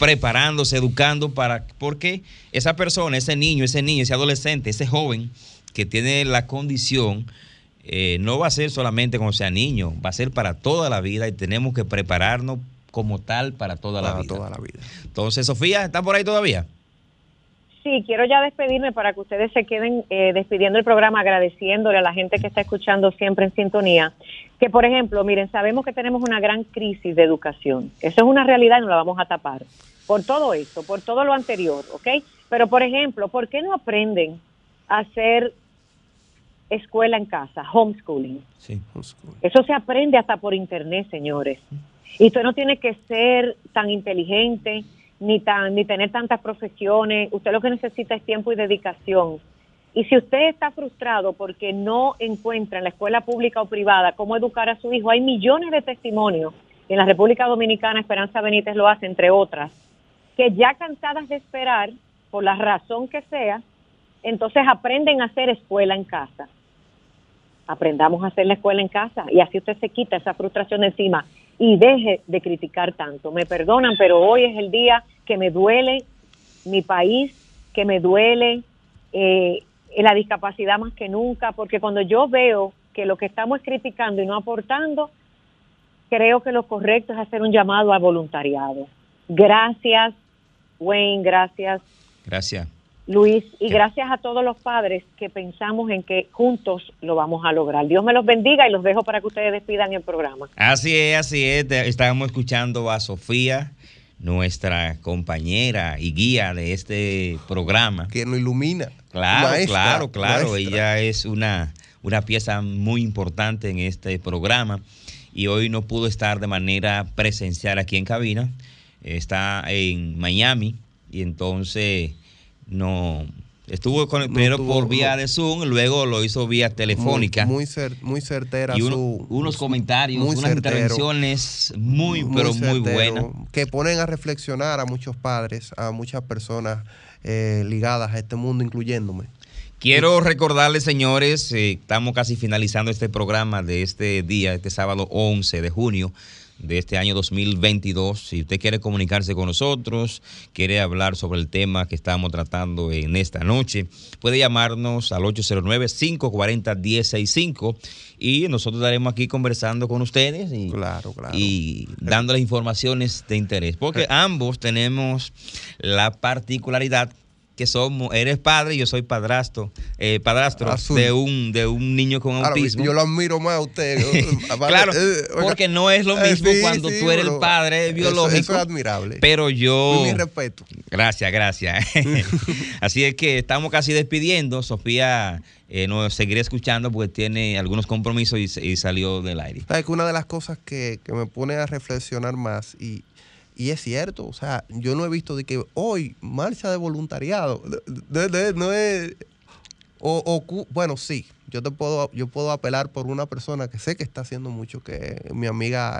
preparándose, educando, porque esa persona, ese niño, ese adolescente, ese joven, que tiene la condición, no va a ser solamente cuando sea niño, va a ser para toda la vida y tenemos que prepararnos como tal para toda la vida. Entonces, Sofía, ¿está por ahí todavía? Sí, quiero ya despedirme para que ustedes se queden despidiendo el programa, agradeciéndole a la gente que está escuchando siempre en sintonía. Que, por ejemplo, miren, sabemos que tenemos una gran crisis de educación. Eso es una realidad y no la vamos a tapar. Por todo esto, por todo lo anterior, ¿ok? Pero, por ejemplo, ¿por qué no aprenden a hacer escuela en casa, homeschooling? Sí, homeschooling. Eso se aprende hasta por internet, señores. Y usted no tiene que ser tan inteligente ni tener tantas profesiones. Usted lo que necesita es tiempo y dedicación. Y si usted está frustrado porque no encuentra en la escuela pública o privada cómo educar a su hijo, hay millones de testimonios. En la República Dominicana, Esperanza Benítez lo hace, entre otras, que ya cansadas de esperar, por la razón que sea, entonces aprenden a hacer escuela en casa. Aprendamos a hacer la escuela en casa y así usted se quita esa frustración de encima y deje de criticar tanto. Me perdonan, pero hoy es el día que me duele mi país, que me duele la discapacidad más que nunca, porque cuando yo veo que lo que estamos es criticando y no aportando, creo que lo correcto es hacer un llamado al voluntariado. Gracias, Wayne, gracias. Gracias. Luis, y gracias a todos los padres que pensamos en que juntos lo vamos a lograr. Dios me los bendiga y los dejo para que ustedes despidan el programa. Así es. Estábamos escuchando a Sofía, nuestra compañera y guía de este programa. Que nos ilumina. Claro, Maestra. Ella es una pieza muy importante en este programa y hoy no pudo estar de manera presencial aquí en cabina. Está en Miami y entonces no estuvo primero por vía de Zoom, luego lo hizo vía telefónica. Muy certera. Y unos comentarios, unas intervenciones muy buenas. Que ponen a reflexionar a muchos padres, a muchas personas ligadas a este mundo, incluyéndome. Quiero recordarles, señores, estamos casi finalizando este programa de este día, este sábado 11 de junio de este año 2022. Si usted quiere comunicarse con nosotros, quiere hablar sobre el tema que estamos tratando en esta noche, puede llamarnos al 809-540-1065 y nosotros estaremos aquí conversando con ustedes y dándoles informaciones de interés, porque ambos tenemos la particularidad que eres padre y yo soy padrastro de un niño con autismo. Yo lo admiro más a usted. Claro, porque no es lo mismo cuando tú eres el padre biológico. Eso es admirable. Pero yo... Mi respeto. Gracias. Así es que estamos casi despidiendo. Sofía nos seguirá escuchando porque tiene algunos compromisos y salió del aire. ¿Sabes que una de las cosas que me pone a reflexionar más y es cierto, o sea, yo no he visto de que hoy marcha de voluntariado, no es, bueno, sí, yo puedo apelar por una persona que sé que está haciendo mucho, que es mi amiga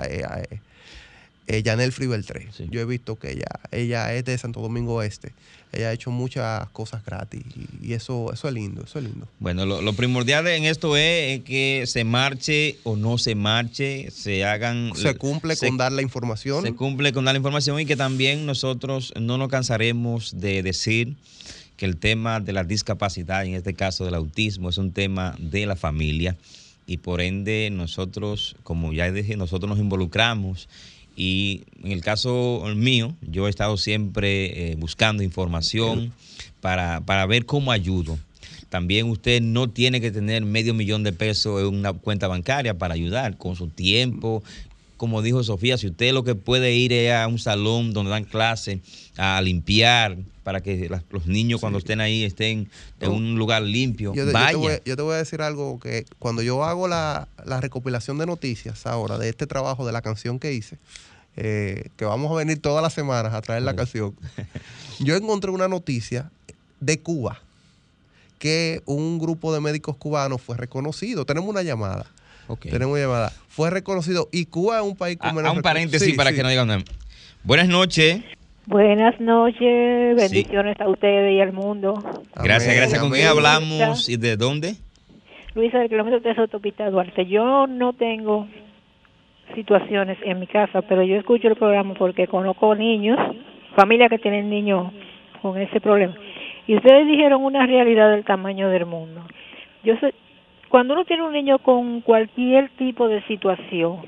Yanel Fribeltré. Sí. Yo he visto que ella es de Santo Domingo Este. Ella ha hecho muchas cosas gratis y eso es lindo, Bueno, lo primordial en esto es que se marche o no se marche, se cumple con dar la información. Se cumple con dar la información y que también nosotros no nos cansaremos de decir que el tema de la discapacidad, en este caso del autismo, es un tema de la familia y por ende nosotros, como ya dije, nosotros nos involucramos. Y en el caso mío, yo he estado siempre buscando información para ver cómo ayudo. También usted no tiene que tener $500,000 en una cuenta bancaria para ayudar con su tiempo. Como dijo Sofía, si usted lo que puede ir es a un salón donde dan clases, a limpiar, para que los niños cuando estén ahí estén en un lugar limpio, vaya. Yo te voy a decir algo, que cuando yo hago la recopilación de noticias ahora de este trabajo de la canción que hice, que vamos a venir todas las semanas a traer la canción, yo encontré una noticia de Cuba, que un grupo de médicos cubanos fue reconocido. Tenemos una llamada. Okay. Fue reconocido y Cuba es un país con menos... un paréntesis para que no digan nada. Buenas noches. Buenas noches, bendiciones a ustedes y al mundo. Gracias. ¿Con quién hablamos y de dónde? Luisa, del kilómetro 3 Autopista Duarte. Yo no tengo situaciones en mi casa, pero yo escucho el programa porque conozco niños, familias que tienen niños con ese problema. Y ustedes dijeron una realidad del tamaño del mundo. Cuando uno tiene un niño con cualquier tipo de situación,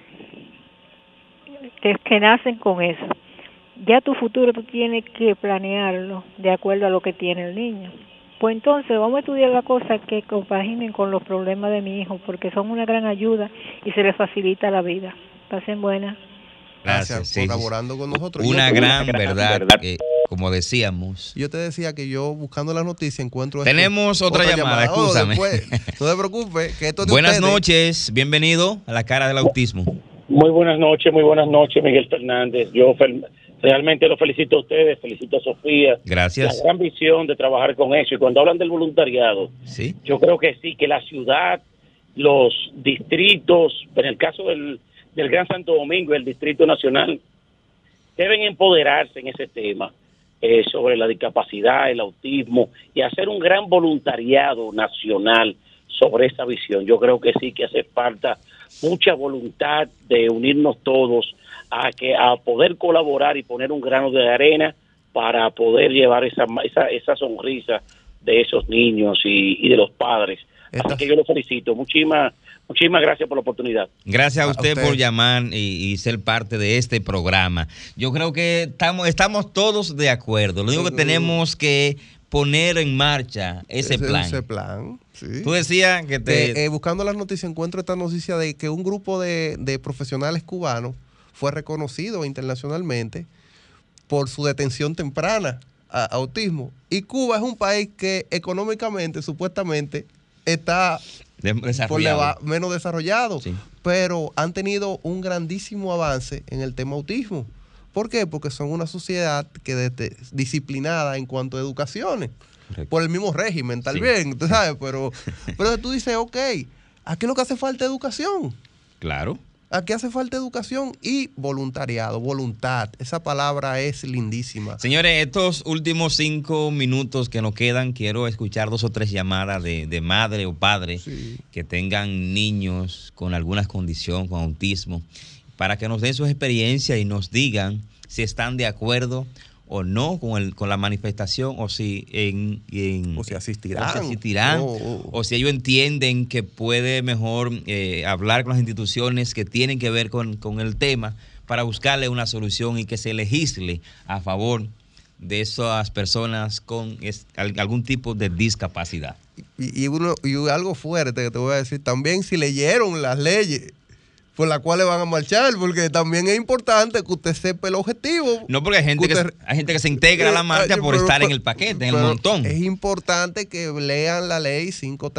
que nacen con eso, ya tu futuro tú tienes que planearlo de acuerdo a lo que tiene el niño. Pues entonces vamos a estudiar las cosas que compaginen con los problemas de mi hijo, porque son una gran ayuda y se les facilita la vida. Pasen buenas. Gracias por colaborando con nosotros. Una gran verdad que, como decíamos. Yo te decía que yo buscando las noticias encuentro... Tenemos otra llamada, excúsame. No te preocupes, que esto es de Buenas ustedes. Noches, bienvenido a la cara del autismo. Muy buenas noches, Miguel Fernández. Yo realmente lo felicito a ustedes, felicito a Sofía. Gracias. La gran visión de trabajar con eso. Y cuando hablan del voluntariado, ¿sí? Yo creo que sí, que la ciudad, los distritos, en el caso del Gran Santo Domingo, el Distrito Nacional, deben empoderarse en ese tema sobre la discapacidad, el autismo, y hacer un gran voluntariado nacional sobre esa visión. Yo creo que sí, que hace falta mucha voluntad de unirnos todos a poder colaborar y poner un grano de arena para poder llevar esa sonrisa de esos niños y de los padres. Así que yo los felicito. Muchísimas gracias por la oportunidad. Gracias a usted por llamar y ser parte de este programa. Yo creo que estamos todos de acuerdo. Lo único que tenemos que poner en marcha ese plan. Ese plan, sí. Tú decías que buscando las noticias encuentro esta noticia de que un grupo de profesionales cubanos fue reconocido internacionalmente por su detención temprana a autismo. Y Cuba es un país que económicamente, supuestamente, está menos desarrollado, sí, pero han tenido un grandísimo avance en el tema autismo. ¿Por qué? Porque son una sociedad que disciplinada en cuanto a educaciones, por el mismo régimen, tal vez, tú sabes, pero tú dices, ok, aquí lo que hace falta es educación. Claro. Aquí hace falta educación y voluntariado, voluntad. Esa palabra es lindísima. Señores, estos últimos 5 minutos que nos quedan, quiero escuchar 2 o 3 llamadas de madre o padre que tengan niños con alguna condición, con autismo, para que nos den sus experiencias y nos digan si están de acuerdo o no con la manifestación, o si o si asistirán, o si ellos entienden que puede mejor hablar con las instituciones que tienen que ver con el tema para buscarle una solución y que se legisle a favor de esas personas con algún tipo de discapacidad. Y algo fuerte que te voy a decir, también si leyeron las leyes por las cuales van a marchar, porque también es importante que usted sepa el objetivo. No, porque hay gente que se integra a la marcha por estar en el paquete, en el montón. Es importante que lean la ley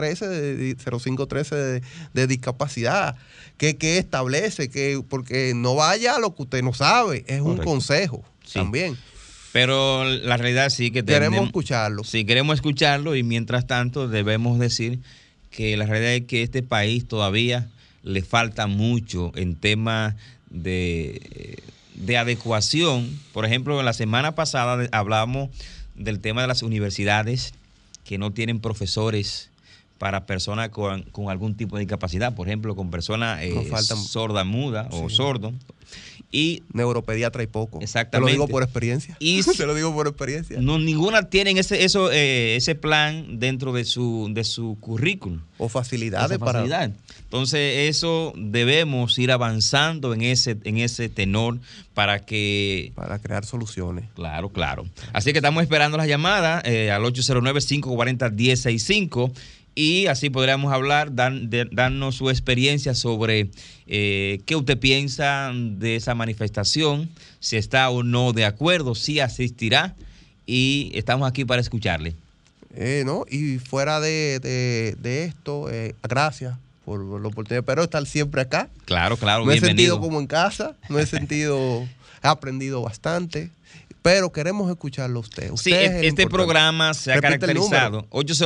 0513 de discapacidad, que establece, porque no vaya a lo que usted no sabe, es un consejo también. Pero la realidad sí que queremos escucharlo. Sí, queremos escucharlo, y mientras tanto debemos decir que la realidad es que este país todavía le falta mucho en temas de adecuación. Por ejemplo, la semana pasada hablábamos del tema de las universidades que no tienen profesores para personas con algún tipo de discapacidad, por ejemplo, con personas sorda-muda o sordo. Y neuropediatra y poco. Exactamente. Te lo digo por experiencia. Te lo digo por experiencia. No, ninguna tienen ese plan dentro de su currículum. O facilidades para. Entonces, eso debemos ir avanzando en ese tenor para crear soluciones. Claro. Así que estamos esperando las llamadas al 809-540-1065. Y así podríamos hablar, darnos su experiencia sobre qué usted piensa de esa manifestación, si está o no de acuerdo, si asistirá, y estamos aquí para escucharle. Y fuera de esto, gracias por la oportunidad, pero estar siempre acá. Claro, me he sentido como en casa, he aprendido bastante. Pero queremos escucharlo a usted. Sí, este programa se ha caracterizado,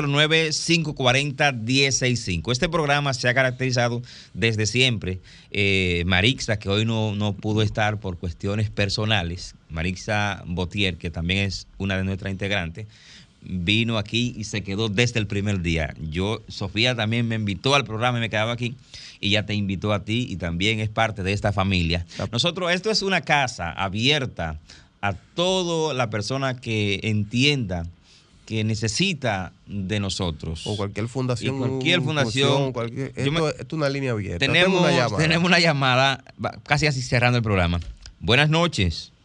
809-540-1065. Este programa se ha caracterizado desde siempre. Marixa, que hoy no pudo estar por cuestiones personales, Marixa Botier, que también es una de nuestras integrantes, vino aquí y se quedó desde el primer día. Sofía también me invitó al programa y me quedaba aquí, y ya te invitó a ti y también es parte de esta familia. Esto es una casa abierta a toda la persona que entienda que necesita de nosotros. O cualquier fundación. Y cualquier fundación. Esto es una línea abierta. Tenemos una llamada, casi así cerrando el programa. Buenas noches.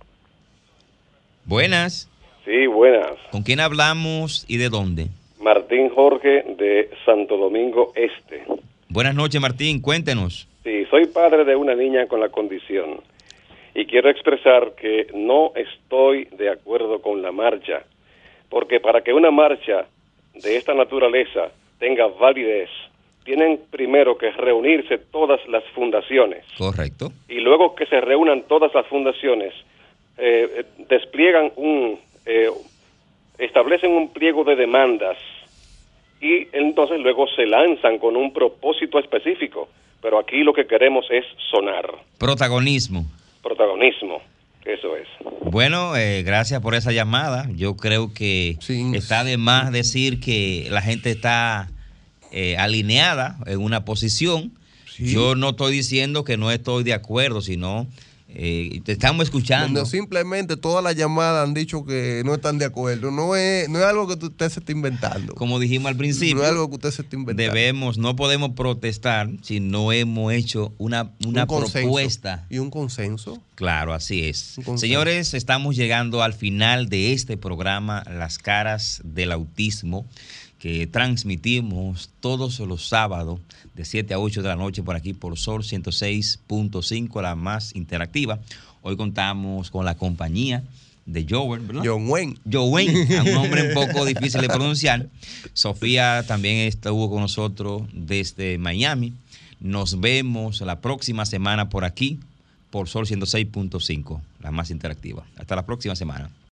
Buenas. Sí, buenas. ¿Con quién hablamos y de dónde? Martín Jorge de Santo Domingo Este. Buenas noches, Martín. Cuéntenos. Sí, soy padre de una niña con la condición y quiero expresar que no estoy de acuerdo con la marcha, porque para que una marcha de esta naturaleza tenga validez, tienen primero que reunirse todas las fundaciones. Correcto. Y luego que se reúnan todas las fundaciones, despliegan establecen un pliego de demandas y entonces luego se lanzan con un propósito específico. Pero aquí lo que queremos es sonar. Protagonismo, eso es. Bueno, gracias por esa llamada. Yo creo que está de más decir que la gente está alineada en una posición. Sí. Yo no estoy diciendo que no estoy de acuerdo, sino te estamos escuchando. Cuando simplemente todas las llamadas han dicho que no están de acuerdo. No es algo que usted se está inventando. Como dijimos al principio, no es algo que usted se está inventando. No podemos protestar si no hemos hecho una propuesta. ¿Y un consenso? Claro, así es. Señores, estamos llegando al final de este programa, Las Caras del Autismo, que transmitimos todos los sábados de 7 a 8 de la noche por aquí por Sol 106.5, la más interactiva. Hoy contamos con la compañía de Jowen, ¿verdad? Jowen, un nombre un poco difícil de pronunciar. Sofía también estuvo con nosotros desde Miami. Nos vemos la próxima semana por aquí por Sol 106.5, la más interactiva. Hasta la próxima semana.